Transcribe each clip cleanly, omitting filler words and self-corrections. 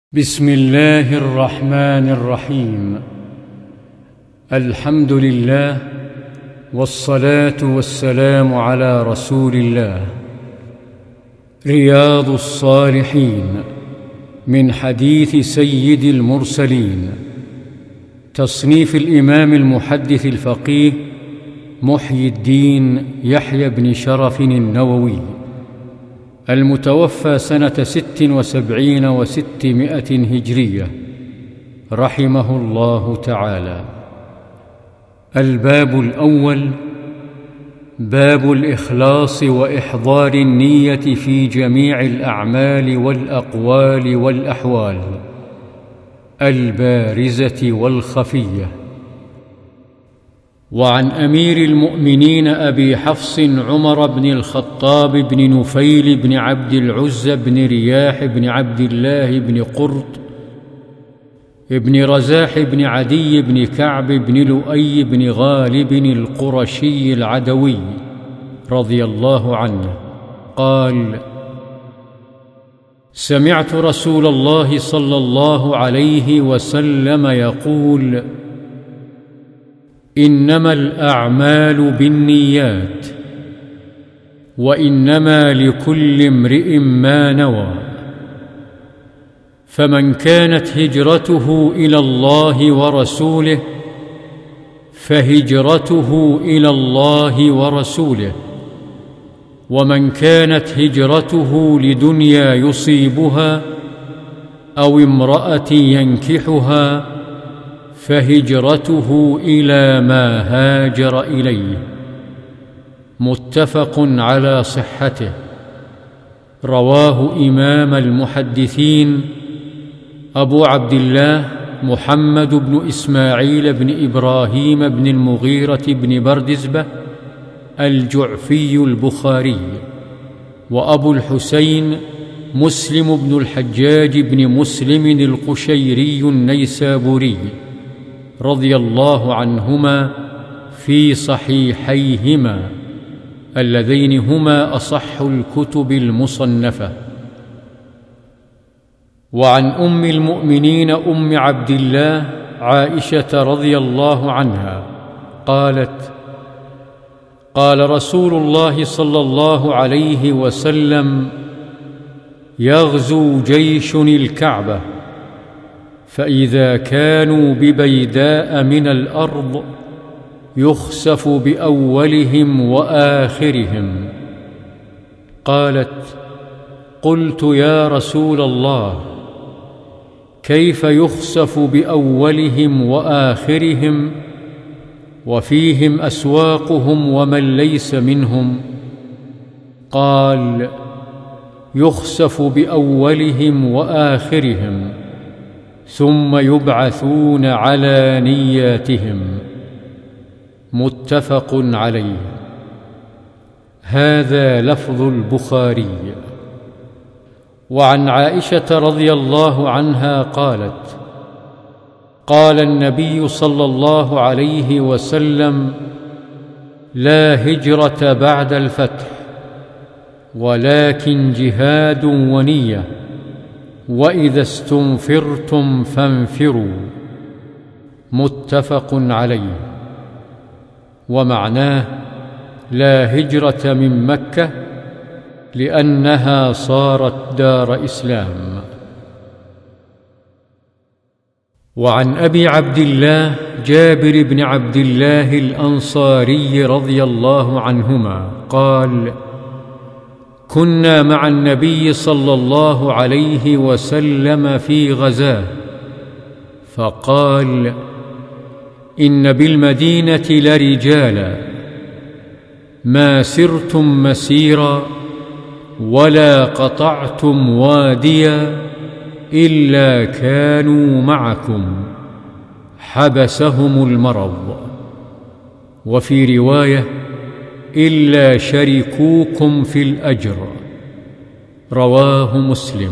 بسم الله الرحمن الرحيم. الحمد لله والصلاة والسلام على رسول الله. رياض الصالحين من حديث سيد المرسلين، تصنيف الإمام المحدث الفقيه محيي الدين يحيى بن شرف النووي، المتوفى سنة 76 و600 هجرية، رحمه الله تعالى. الباب الأول: باب الإخلاص وإحضار النية في جميع الأعمال والأقوال والأحوال البارزة والخفية. وعن أمير المؤمنين أبي حفص عمر بن الخطاب بن نفيل بن عبد العزى بن رياح بن عبد الله بن قرط بن رزاح بن عدي بن كعب بن لؤي بن غالب القرشي العدوي رضي الله عنه قال: سمعت رسول الله صلى الله عليه وسلم يقول: إنما الأعمال بالنيات، وإنما لكل امرئ ما نوى، فمن كانت هجرته إلى الله ورسوله فهجرته إلى الله ورسوله، ومن كانت هجرته لدنيا يصيبها أو امرأة ينكحها فهجرته إلى ما هاجر إليه. متفق على صحته. رواه إمام المحدثين أبو عبد الله محمد بن إسماعيل بن إبراهيم بن المغيرة بن بردزبة الجعفي البخاري، وأبو الحسين مسلم بن الحجاج بن مسلم القشيري النيسابوري رضي الله عنهما في صحيحيهما اللذين هما أصح الكتب المصنفة. وعن أم المؤمنين أم عبد الله عائشة رضي الله عنها قالت: قال رسول الله صلى الله عليه وسلم: يغزو جيش الكعبة، فإذا كانوا ببيداء من الأرض يخسف بأولهم وآخرهم. قالت: قلت يا رسول الله، كيف يخسف بأولهم وآخرهم وفيهم أسواقهم ومن ليس منهم؟ قال: يخسف بأولهم وآخرهم ثم يبعثون على نياتهم. متفق عليه. هذا لفظ البخاري. وعن عائشة رضي الله عنها قالت: قال النبي صلى الله عليه وسلم: لا هجرة بعد الفتح، ولكن جهاد ونية، وإذا استنفرتم فانفروا. متفق عليه. ومعناه: لا هجرة من مكة لأنها صارت دار إسلام. وعن أبي عبد الله جابر بن عبد الله الأنصاري رضي الله عنهما قال: كنا مع النبي صلى الله عليه وسلم في غزاه، فقال: إن بالمدينة لرجالا ما سرتم مسيرا ولا قطعتم واديا إلا كانوا معكم، حبسهم المرض. وفي رواية: إلا شركوكم في الأجر. رواه مسلم.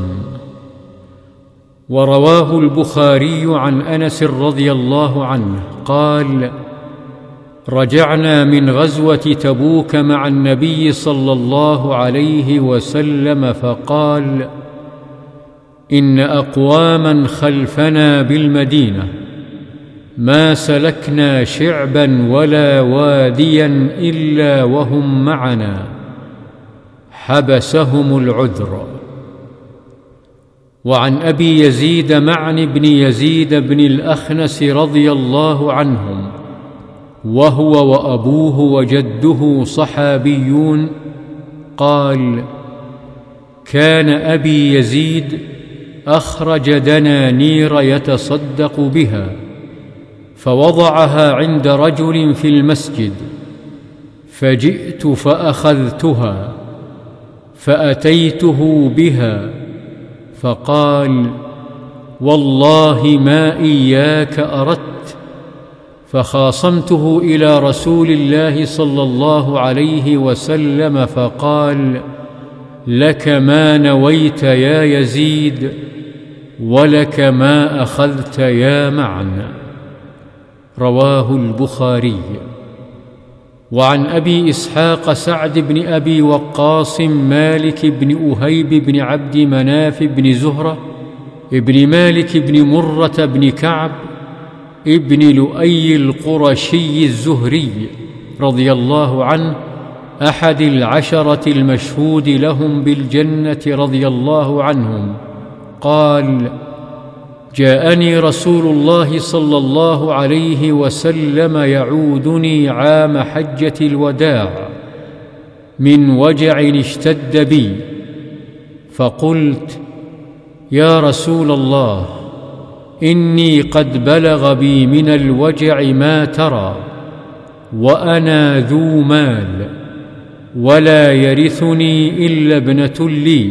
ورواه البخاري عن أنس رضي الله عنه قال: رجعنا من غزوة تبوك مع النبي صلى الله عليه وسلم، فقال: إن أقواما خلفنا بالمدينة ما سلكنا شعبا ولا واديا إلا وهم معنا حبسهم العذر. وعن أبي يزيد معن بن يزيد بن الأخنس رضي الله عنهم، وهو وأبوه وجده صحابيون، قال: كان أبي يزيد أخرج دنانير يتصدق بها، فوضعها عند رجل في المسجد، فجئت فأخذتها فأتيته بها، فقال: والله ما إياك أردت. فخاصمته إلى رسول الله صلى الله عليه وسلم، فقال: لك ما نويت يا يزيد، ولك ما أخذت يا معن. رواه البخاري. وعن أبي إسحاق سعد بن أبي وقاص مالك بن أهيب بن عبد مناف بن زهرة ابن مالك بن مرة بن كعب ابن لؤي القرشي الزهري رضي الله عنه، أحد العشرة المشهود لهم بالجنة رضي الله عنهم، قال: جاءني رسول الله صلى الله عليه وسلم يعودني عام حجة الوداع من وجع اشتد بي، فقلت: يا رسول الله، إني قد بلغ بي من الوجع ما ترى، وأنا ذو مال، ولا يرثني إلا ابنة لي،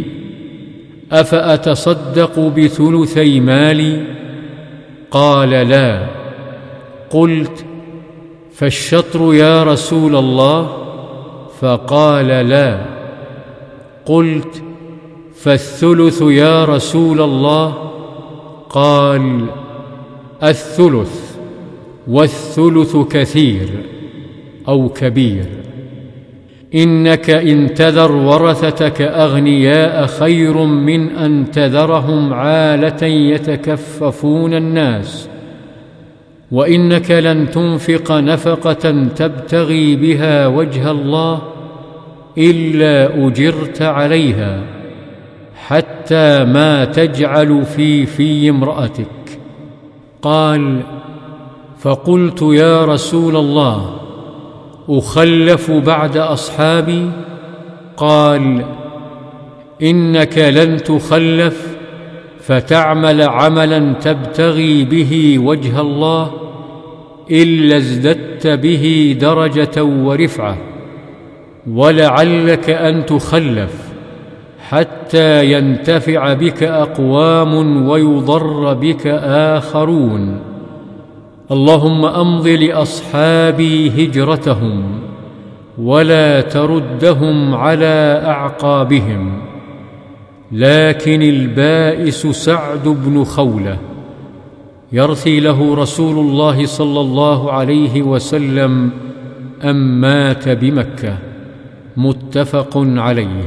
أفأتصدق بثلثي مالي؟ قال: لا. قلت: فالشطر يا رسول الله؟ فقال: لا. قلت: فالثلث يا رسول الله؟ قال: الثلث، والثلث كثير أو كبير. إنك إن تذر ورثتك أغنياء خير من أن تذرهم عالة يتكففون الناس، وإنك لن تنفق نفقة تبتغي بها وجه الله إلا أجرت عليها، حتى ما تجعل في امرأتك. قال: فقلت: يا رسول الله، أخلف بعد أصحابي؟ قال: إنك لن تخلف فتعمل عملا تبتغي به وجه الله إلا ازددت به درجة ورفعة، ولعلك أن تخلف حتى ينتفع بك أقوام ويضر بك آخرون. اللهم أمض لأصحابي هجرتهم، ولا تردهم على أعقابهم. لكن البائس سعد بن خولة يرثي له رسول الله صلى الله عليه وسلم أن مات بمكة. متفق عليه.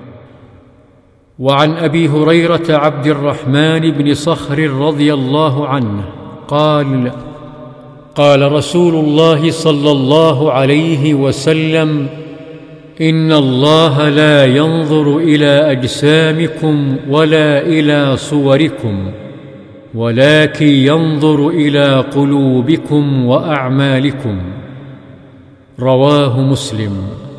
وعن أبي هريرة عبد الرحمن بن صخر رضي الله عنه قال: قال رسول الله صلى الله عليه وسلم: إن الله لا ينظر إلى أجسامكم ولا إلى صوركم، ولكن ينظر إلى قلوبكم وأعمالكم. رواه مسلم.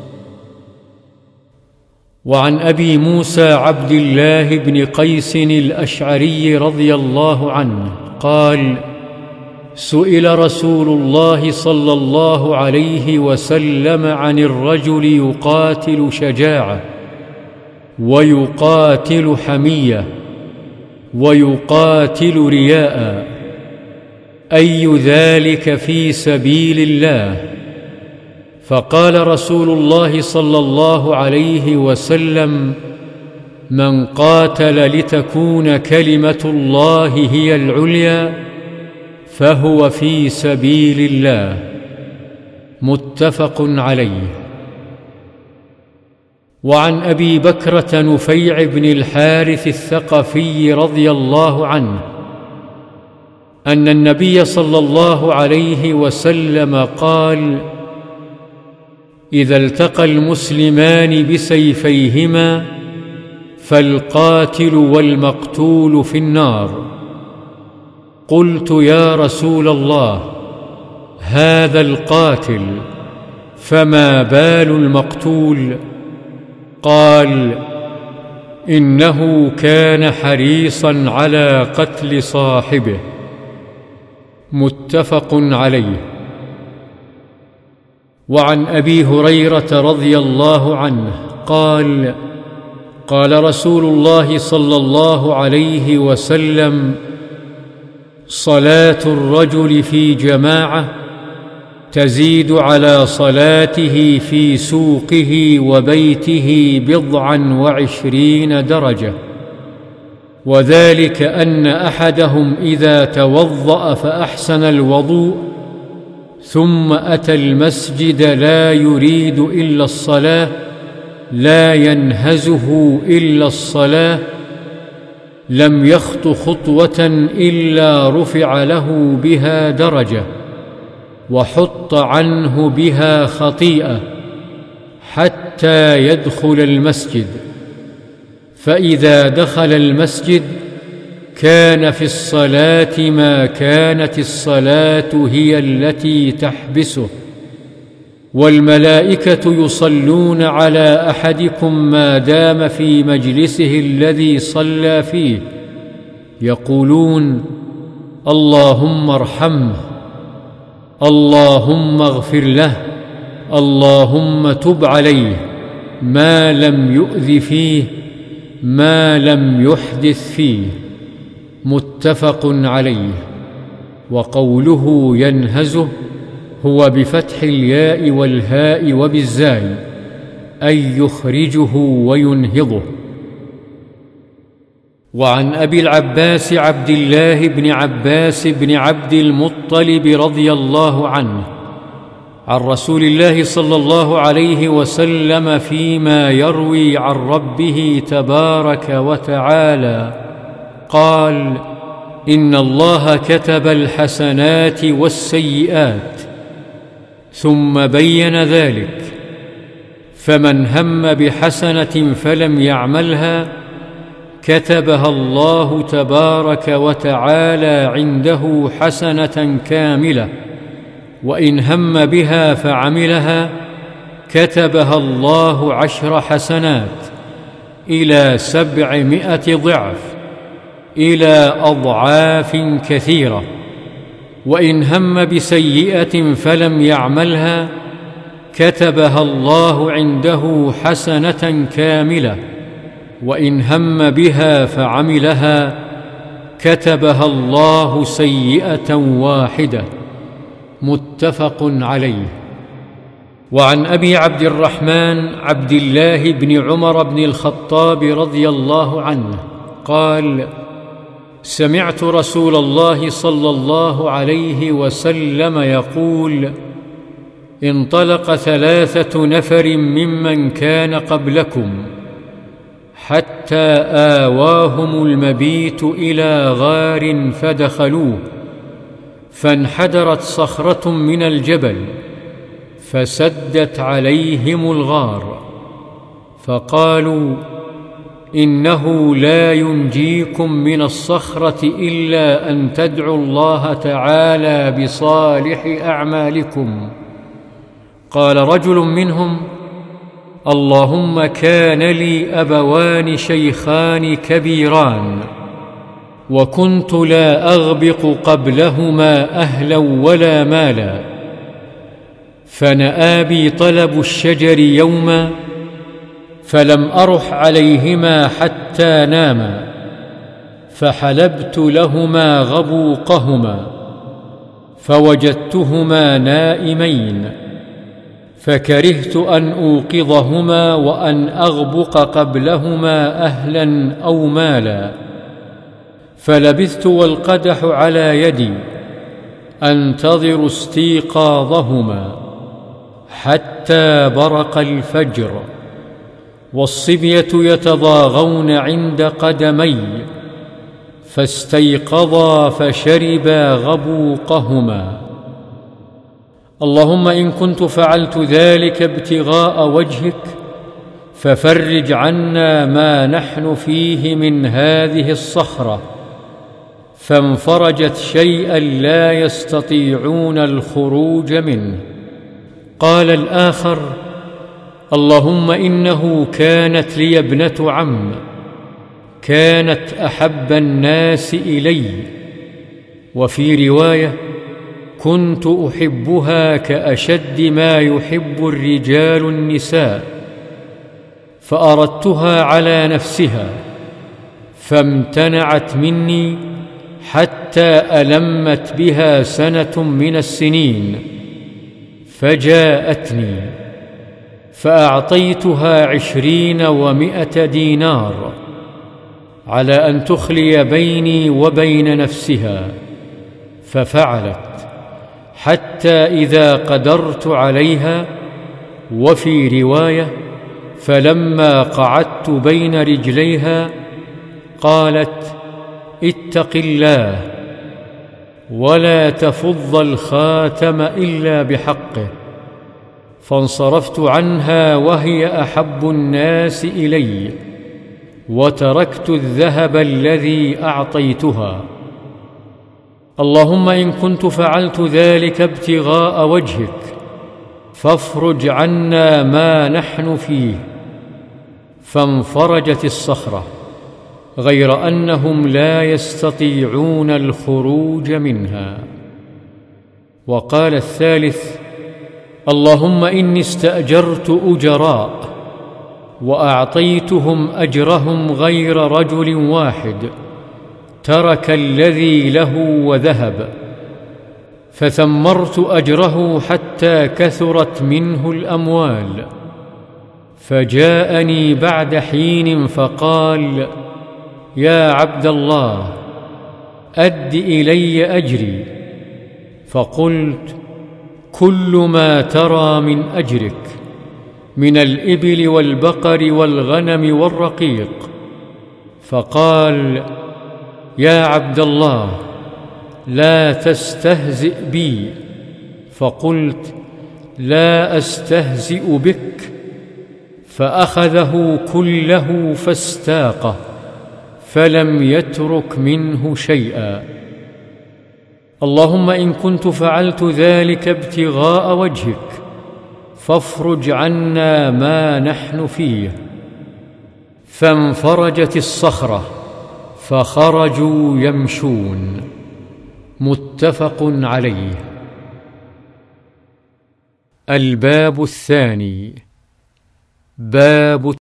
وعن أبي موسى عبد الله بن قيس الأشعري رضي الله عنه قال: سئل رسول الله صلى الله عليه وسلم عن الرجل يقاتل شجاعة، ويقاتل حمية، ويقاتل رياء، أي ذلك في سبيل الله؟ فقال رسول الله صلى الله عليه وسلم: من قاتل لتكون كلمة الله هي العليا فهو في سبيل الله. متفق عليه. وعن أبي بكرة نفيع بن الحارث الثقفي رضي الله عنه أن النبي صلى الله عليه وسلم قال: إذا التقى المسلمان بسيفيهما فالقاتل والمقتول في النار. قلت: يا رسول الله، هذا القاتل، فما بال المقتول؟ قال: إنه كان حريصا على قتل صاحبه. متفق عليه. وعن أبي هريرة رضي الله عنه قال: قال رسول الله صلى الله عليه وسلم: صلاة الرجل في جماعة تزيد على صلاته في سوقه وبيته 27 درجة، وذلك أن أحدهم إذا توضأ فأحسن الوضوء ثم أتى المسجد لا يريد إلا الصلاة، لا ينهزه إلا الصلاة، لم يخط خطوة إلا رفع له بها درجة وحط عنه بها خطيئة حتى يدخل المسجد. فإذا دخل المسجد كان في الصلاة ما كانت الصلاة هي التي تحبسه، والملائكة يصلون على أحدكم ما دام في مجلسه الذي صلى فيه، يقولون: اللهم ارحمه، اللهم اغفر له، اللهم تب عليه، ما لم يؤذ فيه، ما لم يحدث فيه. متفق عليه. وقوله ينهزه هو بفتح الياء والهاء وبالزاي، أي يخرجه وينهضه. وعن أبي العباس عبد الله بن عباس بن عبد المطلب رضي الله عنه عن رسول الله صلى الله عليه وسلم فيما يروي عن ربه تبارك وتعالى قال: إن الله كتب الحسنات والسيئات، ثم بين ذلك، فمن هم بحسنة فلم يعملها كتبها الله تبارك وتعالى عنده حسنة كاملة، وإن هم بها فعملها كتبها الله 10 حسنات إلى 700 ضعف، إلى أضعاف كثيرة. وإن هم بسيئة فلم يعملها كتبها الله عنده حسنة كاملة، وإن هم بها فعملها كتبها الله سيئة واحدة. متفق عليه. وعن أبي عبد الرحمن عبد الله بن عمر بن الخطاب رضي الله عنه قال: سمعت رسول الله صلى الله عليه وسلم يقول: انطلق 3 نفر ممن كان قبلكم حتى آواهم المبيت إلى غار فدخلوه، فانحدرت صخرة من الجبل فسدت عليهم الغار، فقالوا: إنه لا ينجيكم من الصخرة إلا أن تدعوا الله تعالى بصالح أعمالكم. قال رجل منهم: اللهم كان لي أبوان شيخان كبيران، وكنت لا أغبق قبلهما أهلا ولا مالا، فنأى بي طلب الشجر يوما فلم أرح عليهما حتى ناما، فحلبت لهما غبوقهما فوجدتهما نائمين، فكرهت أن أوقظهما وأن أغبق قبلهما أهلا أو مالا، فلبثت والقدح على يدي أنتظر استيقاظهما حتى برق الفجر. والصبية يتضاغون عند قدمي، فاستيقظا فشربا غبوقهما. اللهم إن كنت فعلت ذلك ابتغاء وجهك ففرج عنا ما نحن فيه من هذه الصخرة. فانفرجت شيئا لا يستطيعون الخروج منه. قال الآخر: اللهم إنه كانت لي ابنة عم، كانت أحب الناس إلي، وفي رواية: كنت أحبها كأشد ما يحب الرجال النساء، فأردتها على نفسها فامتنعت مني حتى ألمت بها سنة من السنين، فجاءتني فأعطيتها 20 و100 دينار على أن تخلي بيني وبين نفسها، ففعلت حتى إذا قدرت عليها. وفي رواية: فلما قعدت بين رجليها قالت: اتق الله ولا تفض الخاتم إلا بحقه. فانصرفت عنها وهي أحب الناس إلي، وتركت الذهب الذي أعطيتها. اللهم إن كنت فعلت ذلك ابتغاء وجهك فافرج عنا ما نحن فيه. فانفرجت الصخرة، غير أنهم لا يستطيعون الخروج منها. وقال الثالث: اللهم إني استأجرت أجراء وأعطيتهم أجرهم غير رجل واحد ترك الذي له وذهب، فثمرت أجره حتى كثرت منه الأموال. فجاءني بعد حين فقال: يا عبد الله، أد إلي أجري. فقلت: كل ما ترى من أجرك من الإبل والبقر والغنم والرقيق. فقال: يا عبد الله، لا تستهزئ بي. فقلت: لا أستهزئ بك. فأخذه كله فاستاقه، فلم يترك منه شيئا. اللهم إن كنت فعلت ذلك ابتغاء وجهك فافرج عنا ما نحن فيه. فانفرجت الصخرة فخرجوا يمشون. متفق عليه. الباب الثاني. باب